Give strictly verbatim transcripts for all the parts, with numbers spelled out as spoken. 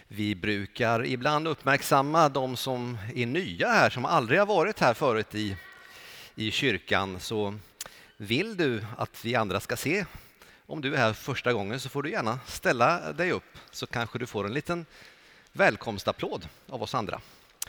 Vi brukar ibland uppmärksamma de som är nya här, som aldrig har varit här förut i, i kyrkan. Så vill du att vi andra ska se, om du är här första gången, så får du gärna ställa dig upp, så kanske du får en liten välkomstapplåd av oss andra.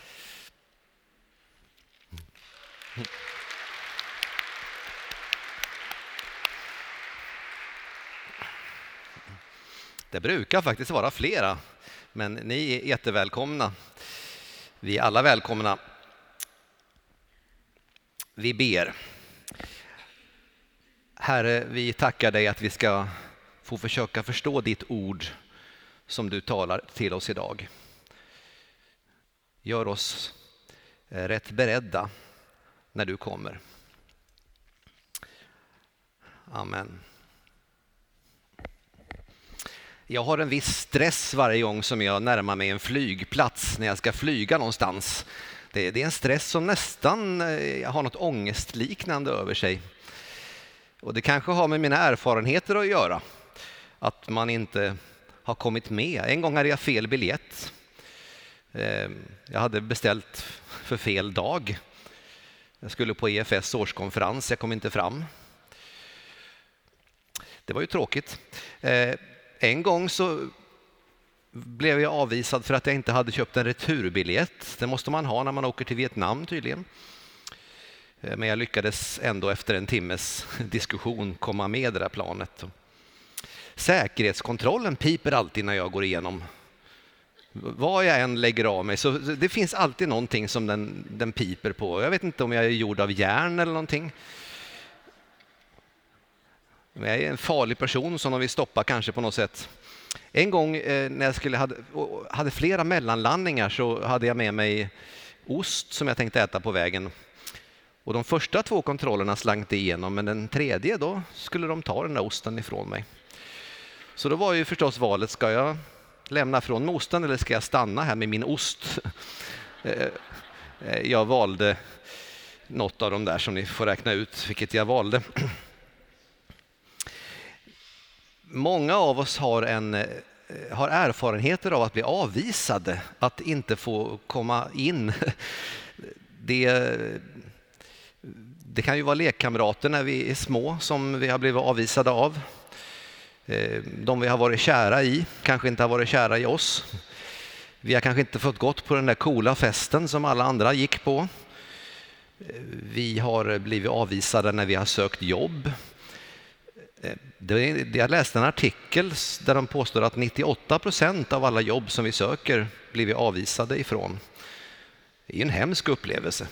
Det brukar faktiskt vara flera, men ni är jättevälkomna. Vi är alla välkomna. Vi ber. Herre, vi tackar dig att vi ska få försöka förstå ditt ord som du talar till oss idag. Gör oss rätt beredda när du kommer. Amen. Jag har en viss stress varje gång som jag närmar mig en flygplats när jag ska flyga någonstans. Det, det är en stress som nästan har något ångestliknande över sig. Och det kanske har med mina erfarenheter att göra. Att man inte har kommit med. En gång hade jag fel biljett. Jag hade beställt för fel dag. Jag skulle på E F S årskonferens, jag kom inte fram. Det var ju tråkigt. En gång så blev jag avvisad för att jag inte hade köpt en returbiljett. Det måste man ha när man åker till Vietnam tydligen. Men jag lyckades ändå efter en timmes diskussion komma med det där planet. Säkerhetskontrollen piper alltid när jag går igenom. Vad jag än lägger av mig, så det finns alltid någonting som den, den piper på. Jag vet inte om jag är gjord av järn eller någonting. Jag är en farlig person som de vill stoppa kanske på något sätt. En gång eh, när jag skulle hade, hade flera mellanlandningar så hade jag med mig ost som jag tänkte äta på vägen. Och de första två kontrollerna slank igenom, men den tredje då skulle de ta den där osten ifrån mig. Så då var ju förstås valet, ska jag lämna från osten eller ska jag stanna här med min ost? Jag valde något av de där som ni får räkna ut vilket jag valde. Många av oss har, en, har erfarenheter av att bli avvisade, att inte få komma in. Det, det kan ju vara lekkamrater när vi är små som vi har blivit avvisade av. De vi har varit kära i kanske inte har varit kära i oss. Vi har kanske inte fått gått på den där coola festen som alla andra gick på. Vi har blivit avvisade när vi har sökt jobb. Jag läste en artikel där de påstår att nittioåtta procent av alla jobb som vi söker blir vi avvisade ifrån. Det är en hemsk upplevelse.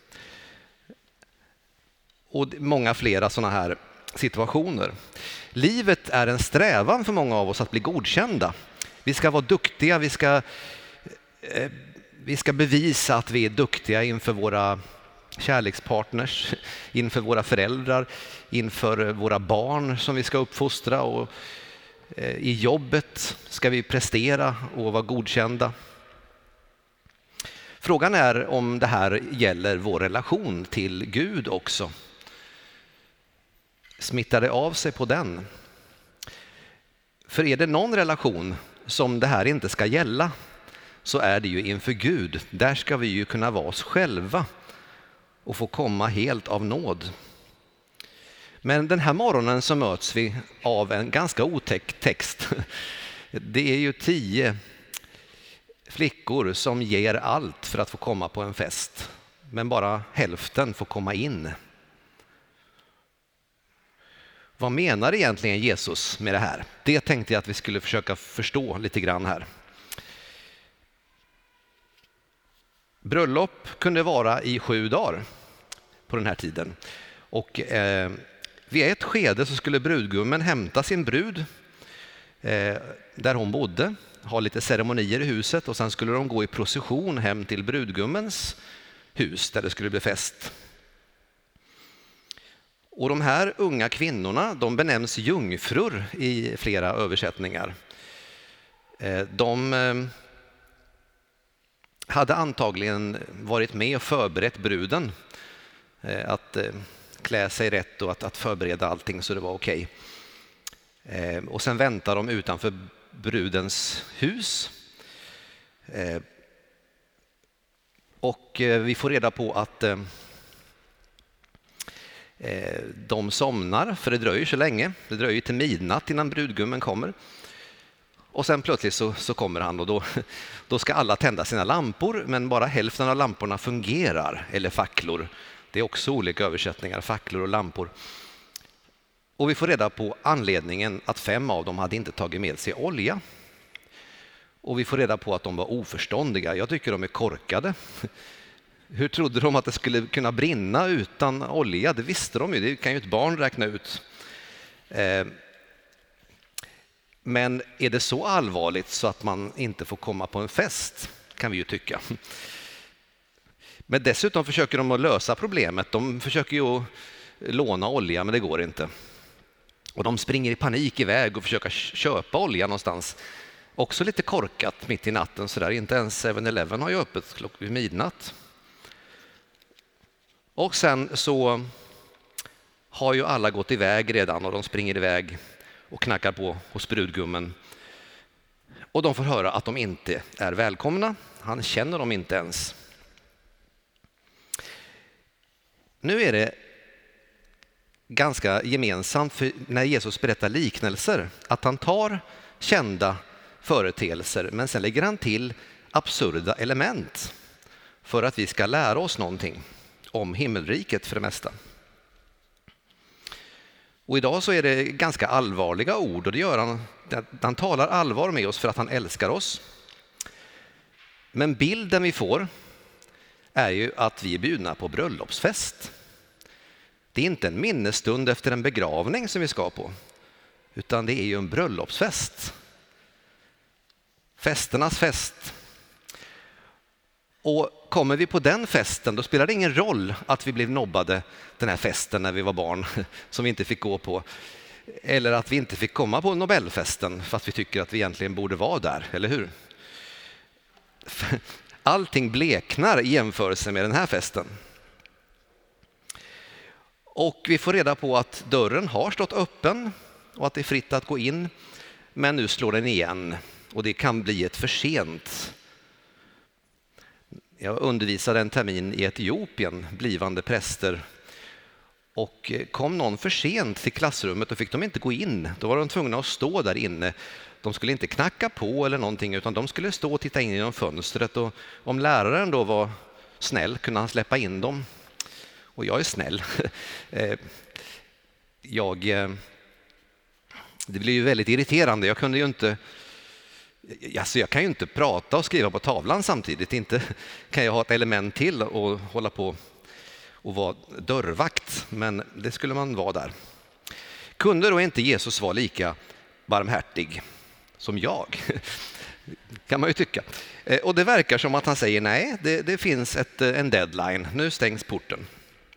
Och många flera sådana här situationer. Livet är en strävan för många av oss att bli godkända. Vi ska vara duktiga, vi ska, eh, vi ska bevisa att vi är duktiga inför våra kärlekspartners, inför våra föräldrar, inför våra barn som vi ska uppfostra, och eh, i jobbet ska vi prestera och vara godkända. Frågan är om det här gäller vår relation till Gud också. Smittar det av sig på den? För är det någon relation som det här inte ska gälla, så är det ju inför Gud. Där ska vi ju kunna vara oss själva och få komma helt av nåd. Men den här morgonen så möts vi av en ganska otäck text. Det är ju tio flickor som ger allt för att få komma på en fest, men bara hälften får komma in. Vad menar egentligen Jesus med det här? Det tänkte jag att vi skulle försöka förstå lite grann här. Bröllop kunde vara i sju dagar på den här tiden. Och eh, vid ett skede så skulle brudgummen hämta sin brud eh, där hon bodde, ha lite ceremonier i huset, och sen skulle de gå i procession hem till brudgummens hus där det skulle bli fest. Och de här unga kvinnorna, de benämns jungfrur i flera översättningar. De hade antagligen varit med och förberett bruden att klä sig rätt och att, att förbereda allting så det var okej. Och sen väntar de utanför brudens hus Och vi får reda på att de somnar, för det dröjer så länge. Det dröjer till midnatt innan brudgummen kommer. Och sen plötsligt så, så kommer han och då, då ska alla tända sina lampor, men bara hälften av lamporna fungerar, eller facklor. Det är också olika översättningar, facklor och lampor. Och vi får reda på anledningen att fem av dem hade inte tagit med sig olja. Och vi får reda på att de var oförståndiga. Jag tycker de är korkade. Hur trodde de att det skulle kunna brinna utan olja? Det visste de ju, det kan ju ett barn räkna ut. Eh, Men är det så allvarligt så att man inte får komma på en fest, kan vi ju tycka. Men dessutom försöker de att lösa problemet. De försöker ju låna olja, men det går inte. Och de springer i panik iväg och försöker köpa olja någonstans. Också lite korkat mitt i natten. Så där. Inte ens seven eleven har ju öppet vid midnatt. Och sen så har ju alla gått iväg redan och de springer iväg och knackar på hos brudgummen. Och de får höra att de inte är välkomna. Han känner dem inte ens. Nu är det ganska gemensamt för när Jesus berättar liknelser att han tar kända företeelser men sen lägger han till absurda element för att vi ska lära oss någonting om himmelriket för det mesta. Och idag så är det ganska allvarliga ord och det gör han. Han talar allvar med oss för att han älskar oss. Men bilden vi får är ju att vi är bjudna på bröllopsfest. Det är inte en minnesstund efter en begravning som vi ska på, utan det är ju en bröllopsfest. Festernas fest. Och kommer vi på den festen, då spelar det ingen roll att vi blev nobbade den här festen när vi var barn som vi inte fick gå på. Eller att vi inte fick komma på Nobelfesten fast vi tycker att vi egentligen borde vara där, eller hur? Allting bleknar i jämförelse med den här festen. Och vi får reda på att dörren har stått öppen och att det är fritt att gå in. Men nu slår den igen och det kan bli ett för sent. Jag undervisade en termin i Etiopien, blivande präster. Och kom någon för sent till klassrummet och fick de inte gå in. Då var de tvungna att stå där inne. De skulle inte knacka på eller någonting utan de skulle stå och titta in genom fönstret. Och om läraren då var snäll kunde han släppa in dem. Och jag är snäll. Jag, det blev ju väldigt irriterande. Jag kunde ju inte... Alltså jag kan ju inte prata och skriva på tavlan samtidigt. Inte kan jag ha ett element till och hålla på och vara dörrvakt. Men det skulle man vara där. Kunde då inte Jesus vara lika barmhärtig som jag? Kan man ju tycka. Och det verkar som att han säger nej, det, det finns ett, en deadline. Nu stängs porten.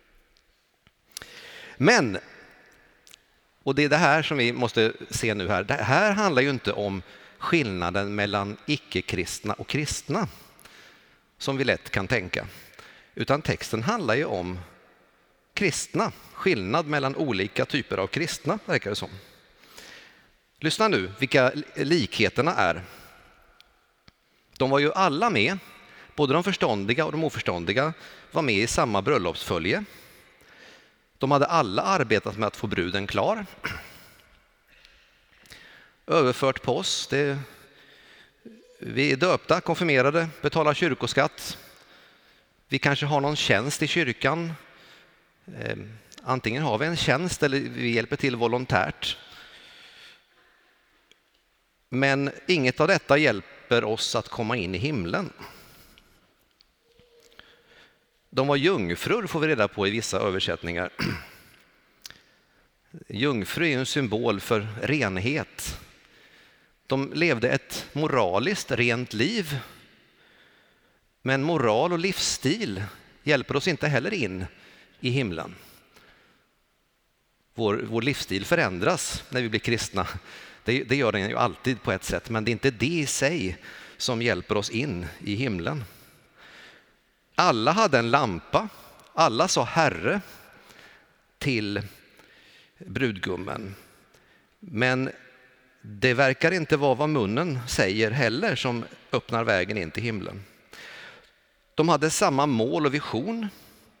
Men, och det är det här som vi måste se nu här. Det här handlar ju inte om skillnaden mellan icke-kristna och kristna som vi lätt kan tänka. Utan texten handlar ju om kristna. Skillnad mellan olika typer av kristna, verkar det som. Lyssna nu vilka likheterna är. De var ju alla med, både de förståndiga och de oförståndiga var med i samma bröllopsfölje. De hade alla arbetat med att få bruden klar. Överfört på oss. Det, vi är döpta, konfirmerade, betalar kyrkoskatt. Vi kanske har någon tjänst i kyrkan. Eh, antingen har vi en tjänst eller vi hjälper till volontärt. Men inget av detta hjälper oss att komma in i himlen. De var jungfrur får vi reda på i vissa översättningar. Jungfru är en symbol för renhet. De levde ett moraliskt rent liv. Men moral och livsstil hjälper oss inte heller in i himlen. Vår, vår livsstil förändras när vi blir kristna. Det, det gör den ju alltid på ett sätt, men det är inte det i sig som hjälper oss in i himlen. Alla hade en lampa, alla sa Herre till brudgummen. Men det verkar inte vara vad munnen säger heller som öppnar vägen in till himlen. De hade samma mål och vision.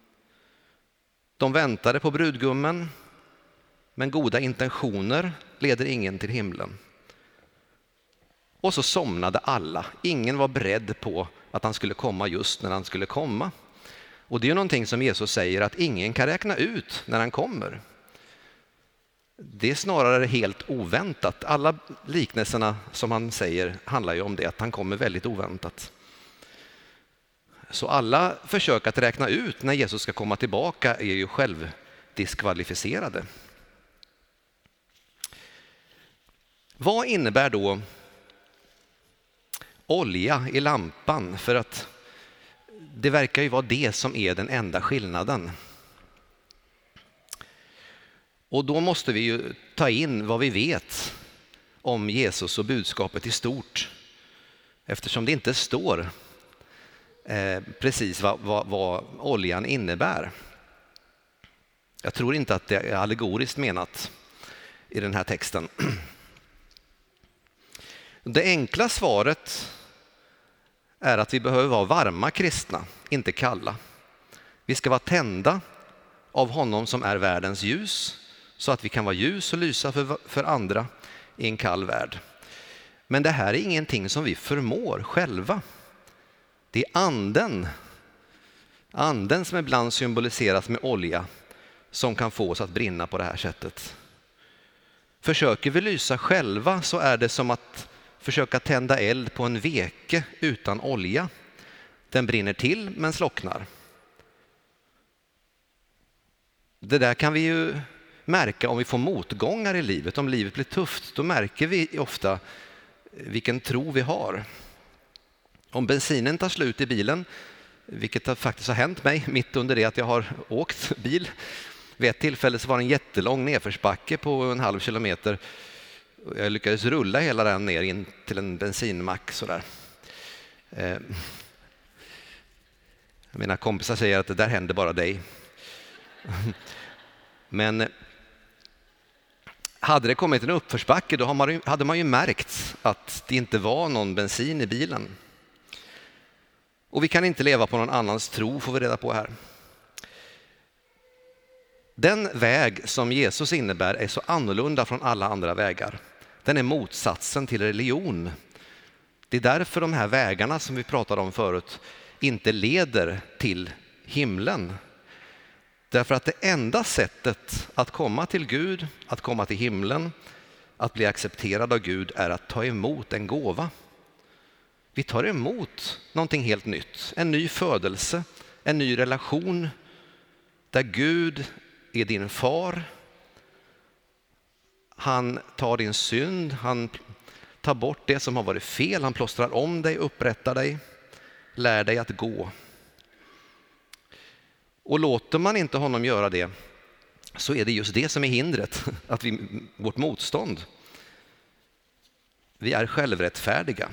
De väntade på brudgummen, men goda intentioner leder ingen till himlen. Och så somnade alla. Ingen var beredd på att han skulle komma just när han skulle komma. Och det är ju någonting som Jesus säger, att ingen kan räkna ut när han kommer. Det är snarare helt oväntat. Alla liknelserna som han säger handlar ju om det, att han kommer väldigt oväntat. Så alla försök att räkna ut när Jesus ska komma tillbaka är ju självdiskvalificerade. Vad innebär då olja i lampan? För att det verkar ju vara det som är den enda skillnaden. Och då måste vi ju ta in vad vi vet om Jesus och budskapet i stort. Eftersom det inte står eh, precis vad, vad, vad oljan innebär. Jag tror inte att det är allegoriskt menat i den här texten. Det enkla svaret är att vi behöver vara varma kristna, inte kalla. Vi ska vara tända av honom som är världens ljus, så att vi kan vara ljus och lysa för, för andra i en kall värld. Men det här är ingenting som vi förmår själva. Det är anden, anden som ibland symboliseras med olja, som kan få oss att brinna på det här sättet. Försöker vi lysa själva så är det som att försöka tända eld på en veke utan olja. Den brinner till men slocknar. Det där kan vi ju märka om vi får motgångar i livet. Om livet blir tufft, då märker vi ofta vilken tro vi har. Om bensinen tar slut i bilen, vilket faktiskt har hänt mig mitt under det att jag har åkt bil. Vid ett tillfälle så var det en jättelång nedförsbacke på en halv kilometer. Jag lyckades rulla hela den ner in till en bensinmack. Sådär. Mina kompisar säger att det där händer bara dig. Men hade det kommit en uppförsbacke, då hade man ju märkt att det inte var någon bensin i bilen. Och vi kan inte leva på någon annans tro, får vi reda på här. Den väg som Jesus innebär är så annorlunda från alla andra vägar. Den är motsatsen till religion. Det är därför de här vägarna som vi pratade om förut inte leder till himlen. Därför att det enda sättet att komma till Gud, att komma till himlen, att bli accepterad av Gud är att ta emot en gåva. Vi tar emot någonting helt nytt, en ny födelse, en ny relation där Gud är din far. Han tar din synd, han tar bort det som har varit fel, han plåstrar om dig, upprättar dig, lär dig att gå. Och låter man inte honom göra det, så är det just det som är hindret, att vi, vårt motstånd. Vi är självrättfärdiga.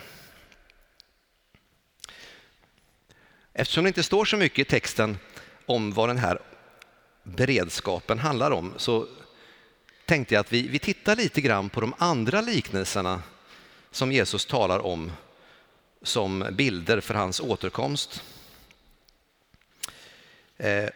Eftersom det inte står så mycket i texten om vad den här beredskapen handlar om, så tänkte jag att vi, vi tittar lite grann på de andra liknelserna som Jesus talar om som bilder för hans återkomst. Eh,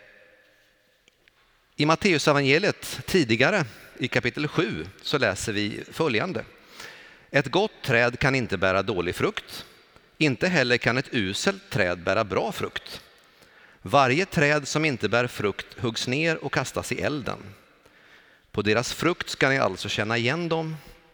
I Matteusevangeliet tidigare i kapitel sju så läser vi följande. Ett gott träd kan inte bära dålig frukt. Inte heller kan ett uselt träd bära bra frukt. Varje träd som inte bär frukt huggs ner och kastas i elden. På deras frukt ska ni alltså känna igen dem.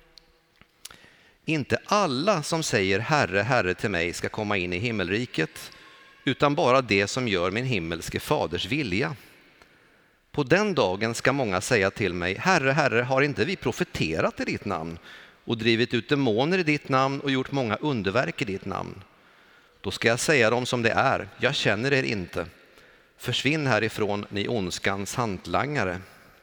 Inte alla som säger Herre, Herre till mig ska komma in i himmelriket, utan bara det som gör min himmelske faders vilja. På den dagen ska många säga till mig, Herre, Herre, har inte vi profeterat i ditt namn och drivit ut demoner i ditt namn och gjort många underverk i ditt namn? Då ska jag säga dem som det är, jag känner er inte. Försvinn härifrån, ni ondskans hantlangare.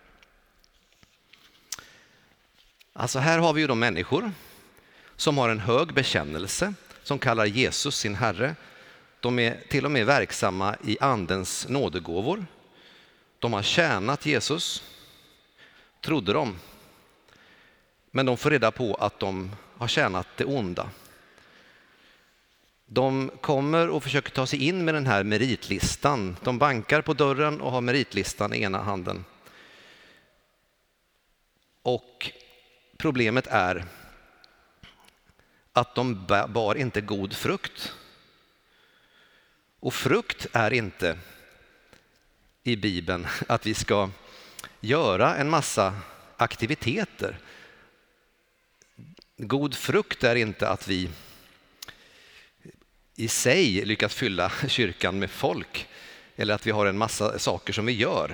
Alltså här har vi ju de människor som har en hög bekännelse, som kallar Jesus sin Herre. De är till och med verksamma i andens nådegåvor. De har tjänat Jesus, trodde de. Men de får reda på att de har tjänat det onda. De kommer och försöker ta sig in med den här meritlistan. De bankar på dörren och har meritlistan i ena handen. Och problemet är att de bar inte god frukt. Och frukt är inte i Bibeln att vi ska göra en massa aktiviteter. God frukt är inte att vi i sig lyckas fylla kyrkan med folk eller att vi har en massa saker som vi gör.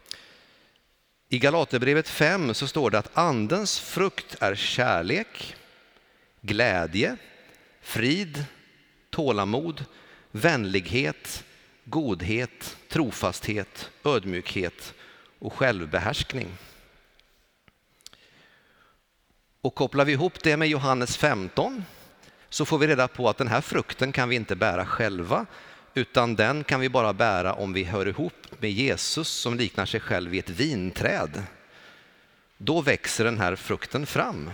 I Galaterbrevet fem så står det att andens frukt är kärlek, glädje, frid, tålamod, vänlighet, godhet, trofasthet, ödmjukhet och självbehärskning. Och kopplar vi ihop det med Johannes femton så får vi reda på att den här frukten kan vi inte bära själva, utan den kan vi bara bära om vi hör ihop med Jesus som liknar sig själv vid ett vinträd. Då växer den här frukten fram.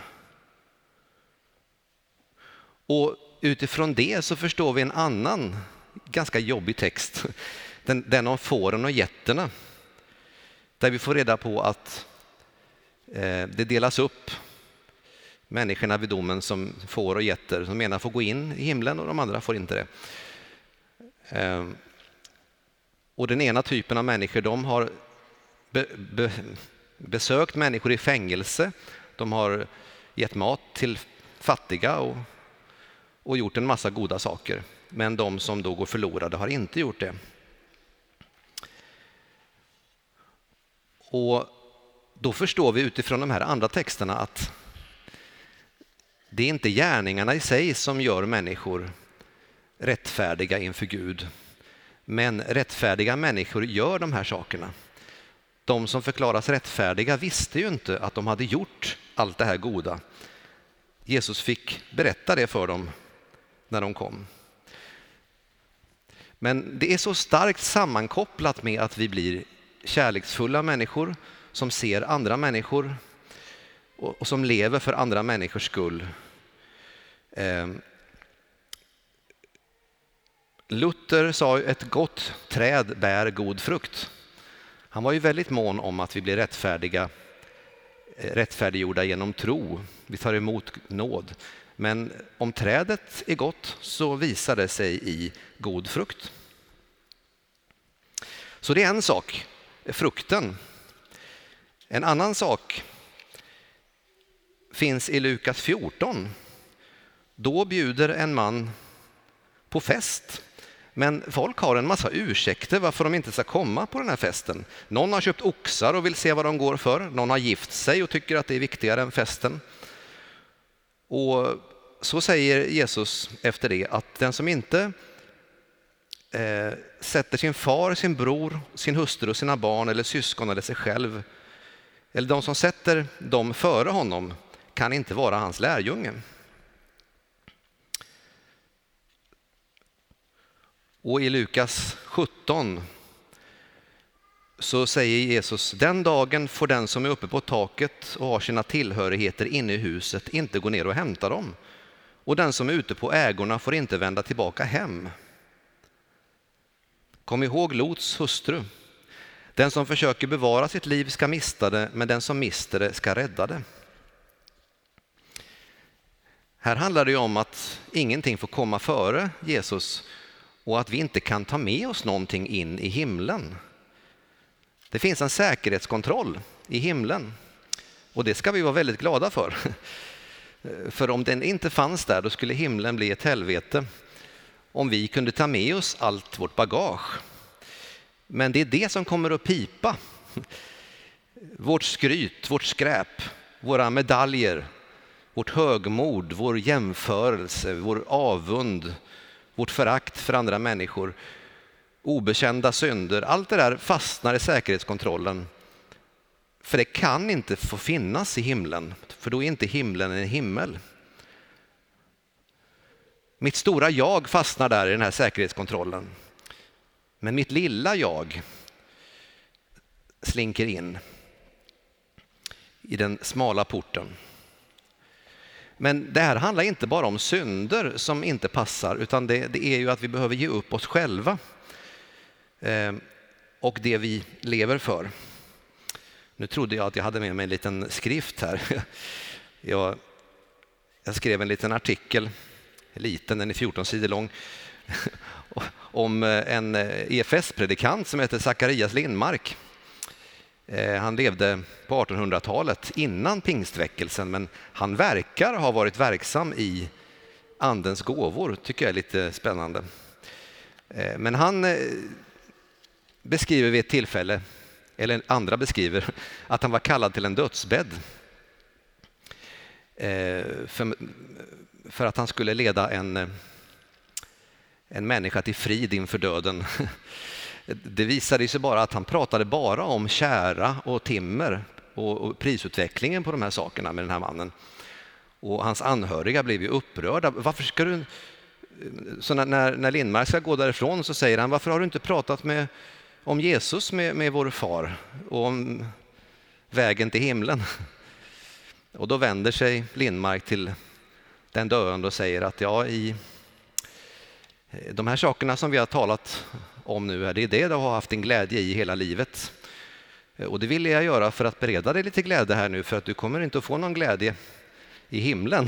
Och utifrån det så förstår vi en annan ganska jobbig text, den, den om fåren och getterna, där vi får reda på att eh, det delas upp människorna vid domen som får och getter, som ena får gå in i himlen och de andra får inte det. Eh, och den ena typen av människor, de har be, be, besökt människor i fängelse, de har gett mat till fattiga och, och gjort en massa goda saker. Men de som då går förlorade har inte gjort det. Och då förstår vi utifrån de här andra texterna att det är inte gärningarna i sig som gör människor rättfärdiga inför Gud. Men rättfärdiga människor gör de här sakerna. De som förklaras rättfärdiga visste ju inte att de hade gjort allt det här goda. Jesus fick berätta det för dem när de kom. Men det är så starkt sammankopplat med att vi blir kärleksfulla människor som ser andra människor och som lever för andra människors skull. Eh, Luther sa ett gott träd bär god frukt. Han var ju väldigt mån om att vi blir rättfärdiga, rättfärdiggjorda genom tro. Vi tar emot nåd. Men om trädet är gott så visar det sig i god frukt. Så det är en sak, frukten. En annan sak finns i Lukas fjorton. Då bjuder en man på fest. Men folk har en massa ursäkter varför de inte ska komma på den här festen. Någon har köpt oxar och vill se vad de går för. Någon har gift sig och tycker att det är viktigare än festen. Och så säger Jesus efter det att den som inte eh, sätter sin far, sin bror, sin hustru och sina barn eller syskon eller sig själv, eller de som sätter dem före honom, kan inte vara hans lärjunge. Och i Lukas sjutton så säger Jesus: den dagen får den som är uppe på taket och har sina tillhörigheter inne i huset inte gå ner och hämta dem. Och den som är ute på ägorna får inte vända tillbaka hem. Kom ihåg Lots hustru. Den som försöker bevara sitt liv ska mista det, men den som mister det ska rädda det. Här handlar det ju om att ingenting får komma före Jesus och att vi inte kan ta med oss någonting in i himlen. Det finns en säkerhetskontroll i himlen och det ska vi vara väldigt glada för. För om den inte fanns där, då skulle himlen bli ett helvete om vi kunde ta med oss allt vårt bagage. Men det är det som kommer att pipa. Vårt skryt, vårt skräp, våra medaljer, vårt högmod, vår jämförelse, vår avund, vårt förakt för andra människor, obekända synder, allt det där fastnar i säkerhetskontrollen. För det kan inte få finnas i himlen, för då är inte himlen en himmel. Mitt stora jag fastnar där i den här säkerhetskontrollen. Men mitt lilla jag slinker in i den smala porten. Men det här handlar inte bara om synder som inte passar, utan det, det är ju att vi behöver ge upp oss själva eh, och det vi lever för. Nu trodde jag att jag hade med mig en liten skrift här. Jag, jag skrev en liten artikel, liten, den är fjorton sidor lång, om en E F S-predikant som heter Zacharias Lindmark. Han levde på artonhundratalet innan pingstväckelsen, men han verkar ha varit verksam i andens gåvor, tycker jag är lite spännande. Men han beskriver vid ett tillfälle, eller andra beskriver, att han var kallad till en dödsbädd för, för att han skulle leda en, en människa till frid inför döden. Det visade sig bara att han pratade bara om kära och timmer och, och prisutvecklingen på de här sakerna med den här mannen. Och hans anhöriga blev ju upprörda. Varför ska du... Så när, när Lindmark ska gå därifrån så säger han, varför har du inte pratat med, om Jesus med, med vår far och om vägen till himlen? Och då vänder sig Lindmark till den döende och säger att ja, i de här sakerna som vi har talat om nu, det är det du har haft en glädje i hela livet. Och det ville jag göra för att bereda dig lite glädje här nu, för att du kommer inte att få någon glädje i himlen.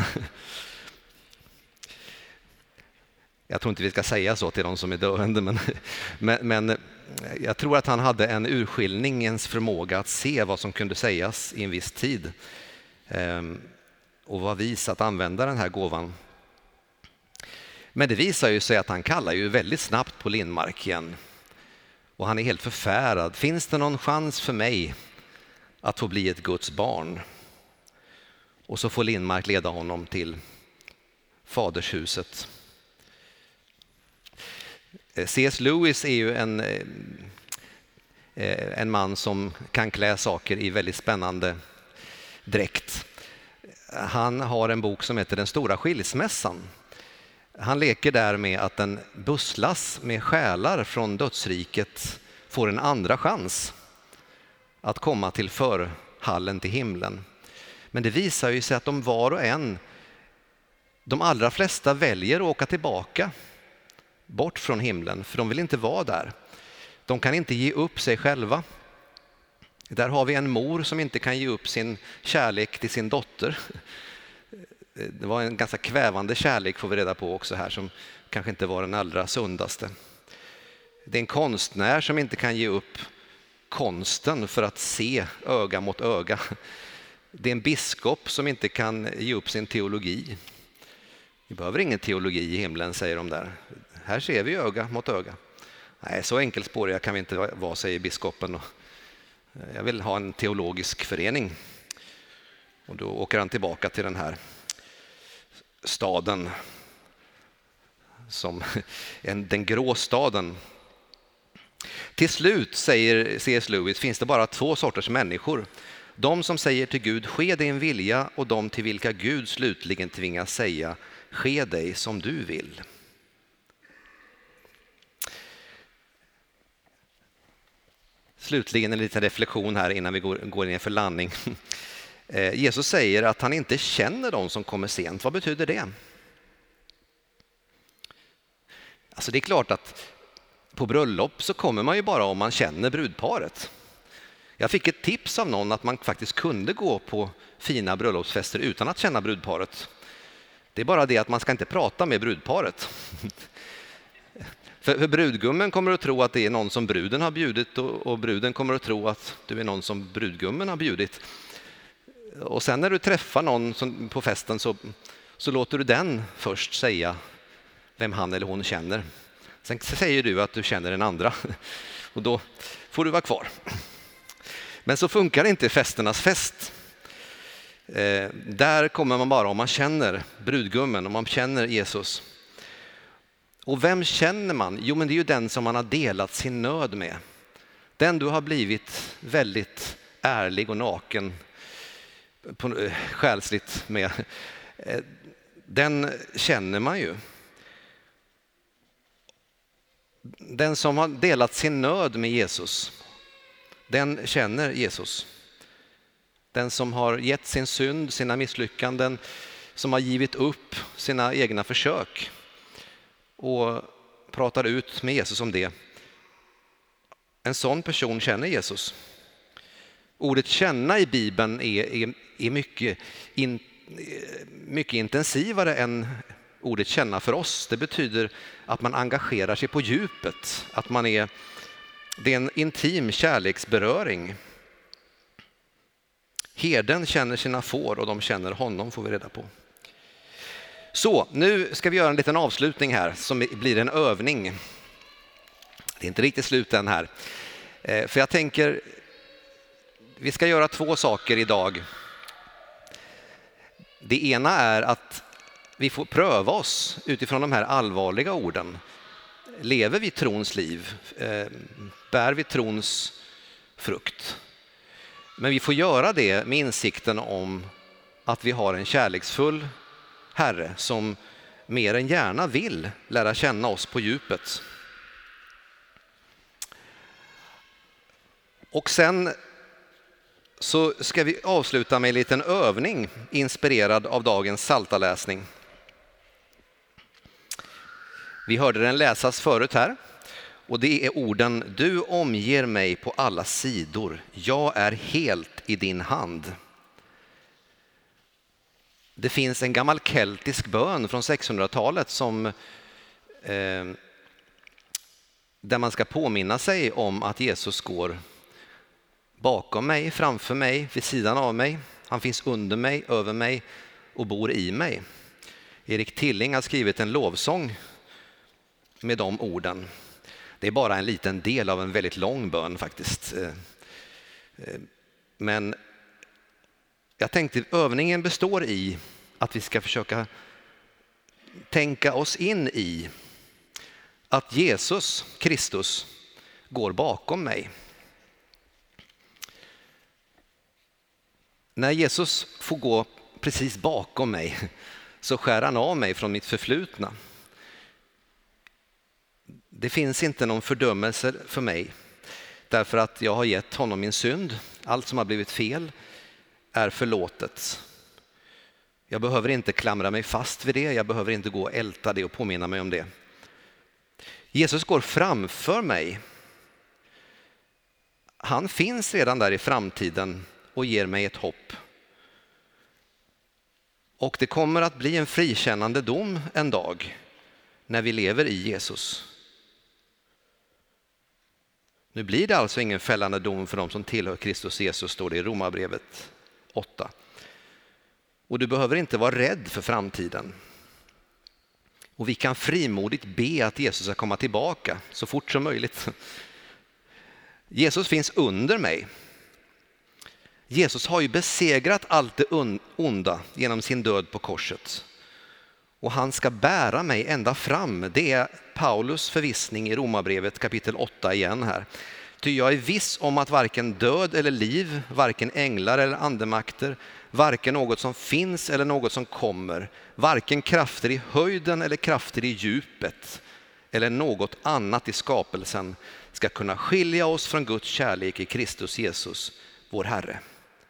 Jag tror inte vi ska säga så till de som är döende, men, men, men jag tror att han hade en urskiljningens förmåga att se vad som kunde sägas i en viss tid och var vis att använda den här gåvan. Men det visar ju sig att han kallar ju väldigt snabbt på Lindmark igen. Och han är helt förfärad. Finns det någon chans för mig att få bli ett Guds barn? Och så får Lindmark leda honom till fadershuset. C S Lewis är ju en, en man som kan klä saker i väldigt spännande dräkt. Han har en bok som heter Den stora skilsmässan. Han leker där med att en busslast med själar från dödsriket får en andra chans att komma till förhallen till himlen. Men det visar ju sig att de var och en, de allra flesta väljer att åka tillbaka bort från himlen, för de vill inte vara där. De kan inte ge upp sig själva. Där har vi en mor som inte kan ge upp sin kärlek till sin dotter. Det var en ganska kvävande kärlek, får vi reda på också här, som kanske inte var den allra sundaste. Det är en konstnär som inte kan ge upp konsten för att se öga mot öga. Det är en biskop som inte kan ge upp sin teologi. Vi behöver ingen teologi i himlen, säger de där. Här ser vi öga mot öga. Nej, så enkelspåriga kan vi inte vara, säger biskopen. Jag vill ha en teologisk förening. Och då åker han tillbaka till den här staden, som en, den grå staden. Till slut, säger C S Lewis, finns det bara två sorters människor. De som säger till Gud, ske din vilja, och de till vilka Gud slutligen tvingas säga, ske dig som du vill. Slutligen en liten reflektion här innan vi går, går ner för landning. Jesus säger att han inte känner de som kommer sent. Vad betyder det? Alltså det är klart att på bröllop så kommer man ju bara om man känner brudparet. Jag fick ett tips av någon att man faktiskt kunde gå på fina bröllopsfester utan att känna brudparet. Det är bara det att man ska inte prata med brudparet. För, för brudgummen kommer att tro att det är någon som bruden har bjudit, och, och bruden kommer att tro att du är någon som brudgummen har bjudit. Och sen när du träffar någon som, på festen så, så låter du den först säga vem han eller hon känner. Sen säger du att du känner den andra, och då får du vara kvar. Men så funkar det inte i festernas fest. Eh, där kommer man bara om man känner brudgummen, om man känner Jesus. Och vem känner man? Jo, men det är ju den som man har delat sin nöd med. Den du har blivit väldigt ärlig och naken på, eh, själsligt med. Eh, den känner man ju. Den som har delat sin nöd med Jesus, den känner Jesus. Den som har gett sin synd, sina misslyckanden, som har givit upp sina egna försök och pratar ut med Jesus om det. En sån person känner Jesus. Ordet känna i Bibeln är, är, är mycket, in, mycket intensivare än ordet känna för oss. Det betyder att man engagerar sig på djupet, att man är, det är en intim kärleksberöring. Herden känner sina får och de känner honom, får vi reda på. Så, nu ska vi göra en liten avslutning här som blir en övning. Det är inte riktigt slut än här. För jag tänker, vi ska göra två saker idag. Det ena är att vi får pröva oss utifrån de här allvarliga orden. Lever vi trons liv? Bär vi trons frukt? Men vi får göra det med insikten om att vi har en kärleksfull Herre som mer än gärna vill lära känna oss på djupet. Och sen så ska vi avsluta med en liten övning inspirerad av dagens psaltarläsning. Vi hörde den läsas förut här. Och det är orden: du omger mig på alla sidor. Jag är helt i din hand. Det finns en gammal keltisk bön från sexhundratalet som, eh, där man ska påminna sig om att Jesus går bakom mig, framför mig, vid sidan av mig. Han finns under mig, över mig och bor i mig. Erik Tilling har skrivit en lovsång med de orden. Det är bara en liten del av en väldigt lång bön faktiskt. Men jag tänkte övningen består i att vi ska försöka tänka oss in i att Jesus Kristus går bakom mig. När Jesus får gå precis bakom mig så skär han av mig från mitt förflutna. Det finns inte någon fördömelse för mig därför att jag har gett honom min synd. Allt som har blivit fel är förlåtet. Jag behöver inte klamra mig fast vid det. Jag behöver inte gå och älta det och påminna mig om det. Jesus går framför mig. Han finns redan där i framtiden och ger mig ett hopp. Och det kommer att bli en frikännande dom en dag när vi lever i Jesus. Nu blir det alltså ingen fällande dom för de som tillhör Kristus Jesus, står det i Romarbrevet åtta. Och du behöver inte vara rädd för framtiden. Och vi kan frimodigt be att Jesus ska komma tillbaka så fort som möjligt. Jesus finns under mig. Jesus har ju besegrat allt det onda genom sin död på korset. Och han ska bära mig ända fram. Det är Paulus förvissning i Romarbrevet kapitel åtta igen här. Ty jag är viss om att varken död eller liv, varken änglar eller andemakter, varken något som finns eller något som kommer, varken krafter i höjden eller krafter i djupet eller något annat i skapelsen ska kunna skilja oss från Guds kärlek i Kristus Jesus, vår Herre.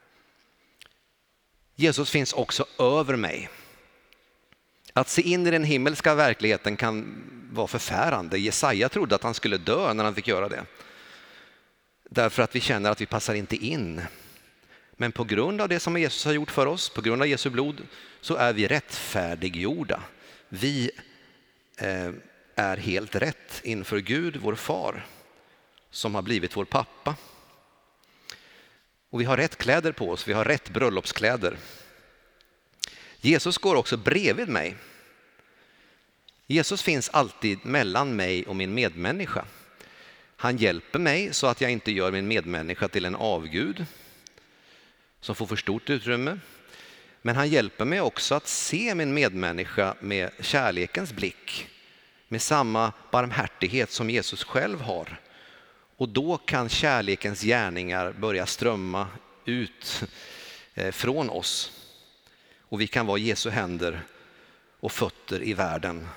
Jesus finns också över mig. Att se in i den himmelska verkligheten kan vara förfärande. Jesaja trodde att han skulle dö när han fick göra det. Därför att vi känner att vi passar inte in. Men på grund av det som Jesus har gjort för oss, på grund av Jesu blod, så är vi rättfärdiggjorda. Vi eh, är helt rätt inför Gud, vår far, som har blivit vår pappa. Och vi har rätt kläder på oss, vi har rätt bröllopskläder. Jesus går också bredvid mig. Jesus finns alltid mellan mig och min medmänniska. Han hjälper mig så att jag inte gör min medmänniska till en avgud som får för stort utrymme. Men han hjälper mig också att se min medmänniska med kärlekens blick, med samma barmhärtighet som Jesus själv har. Och då kan kärlekens gärningar börja strömma ut från oss. Och vi kan vara Jesu händer och fötter i världen.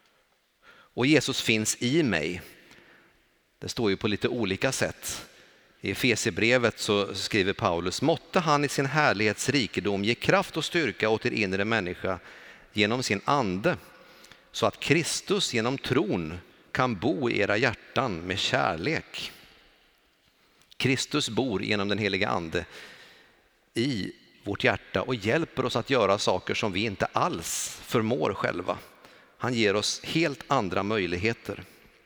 Och Jesus finns i mig. Det står ju på lite olika sätt. I Efesierbrevet så skriver Paulus: måtte han i sin härlighets rikedom ge kraft och styrka åt er inre människa genom sin ande, så att Kristus genom tron kan bo i era hjärtan med kärlek. Kristus bor genom den heliga ande i vårt hjärta och hjälper oss att göra saker som vi inte alls förmår själva. Han ger oss helt andra möjligheter.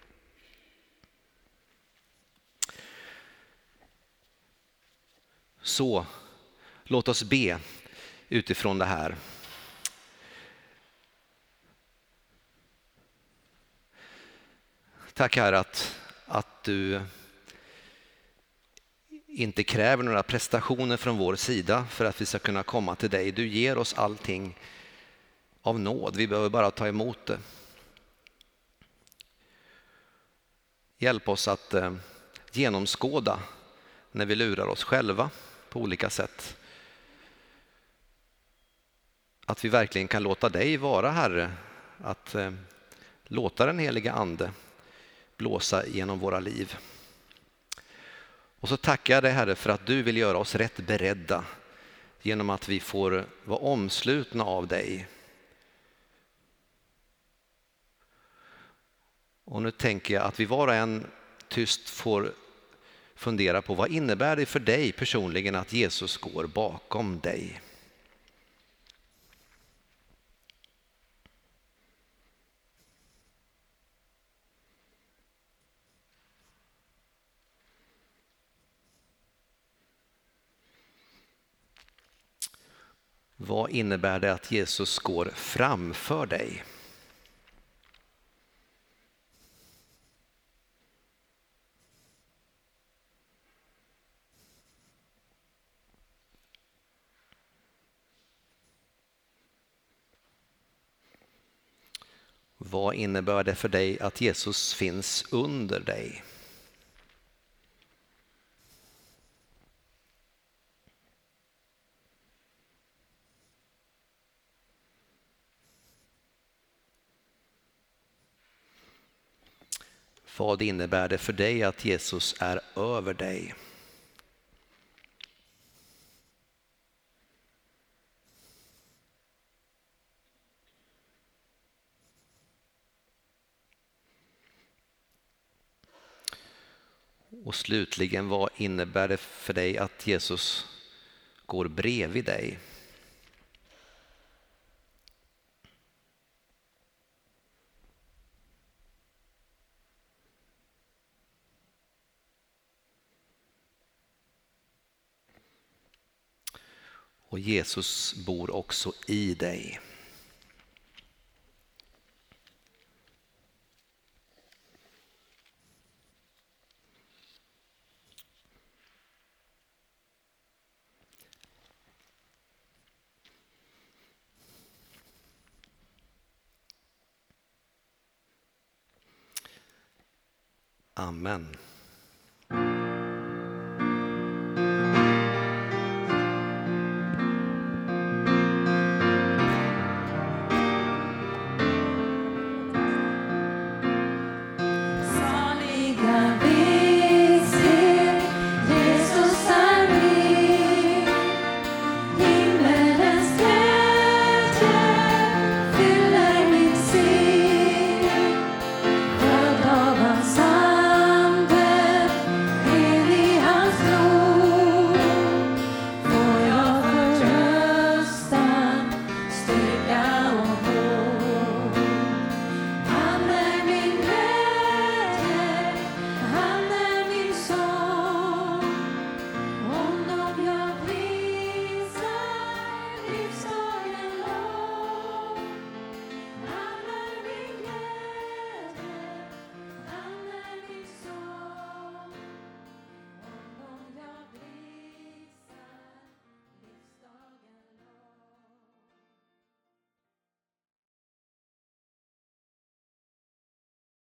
Så låt oss be utifrån det här. Tack Herre att, att du inte kräver några prestationer från vår sida för att vi ska kunna komma till dig. Du ger oss allting av nåd. Vi behöver bara ta emot det. Hjälp oss att eh, genomskåda när vi lurar oss själva på olika sätt. Att vi verkligen kan låta dig vara Herre. Att eh, låta den heliga ande blåsa genom våra liv. Och så tackar jag dig Herre för att du vill göra oss rätt beredda genom att vi får vara omslutna av dig. Och nu tänker jag att vi var och en tyst får fundera på vad innebär det för dig personligen att Jesus går bakom dig. Vad innebär det att Jesus går framför dig? Vad innebär det för dig att Jesus finns under dig? Vad innebär det för dig att Jesus är över dig? Och slutligen, vad innebär det för dig att Jesus går bredvid dig? Och Jesus bor också i dig. Amen.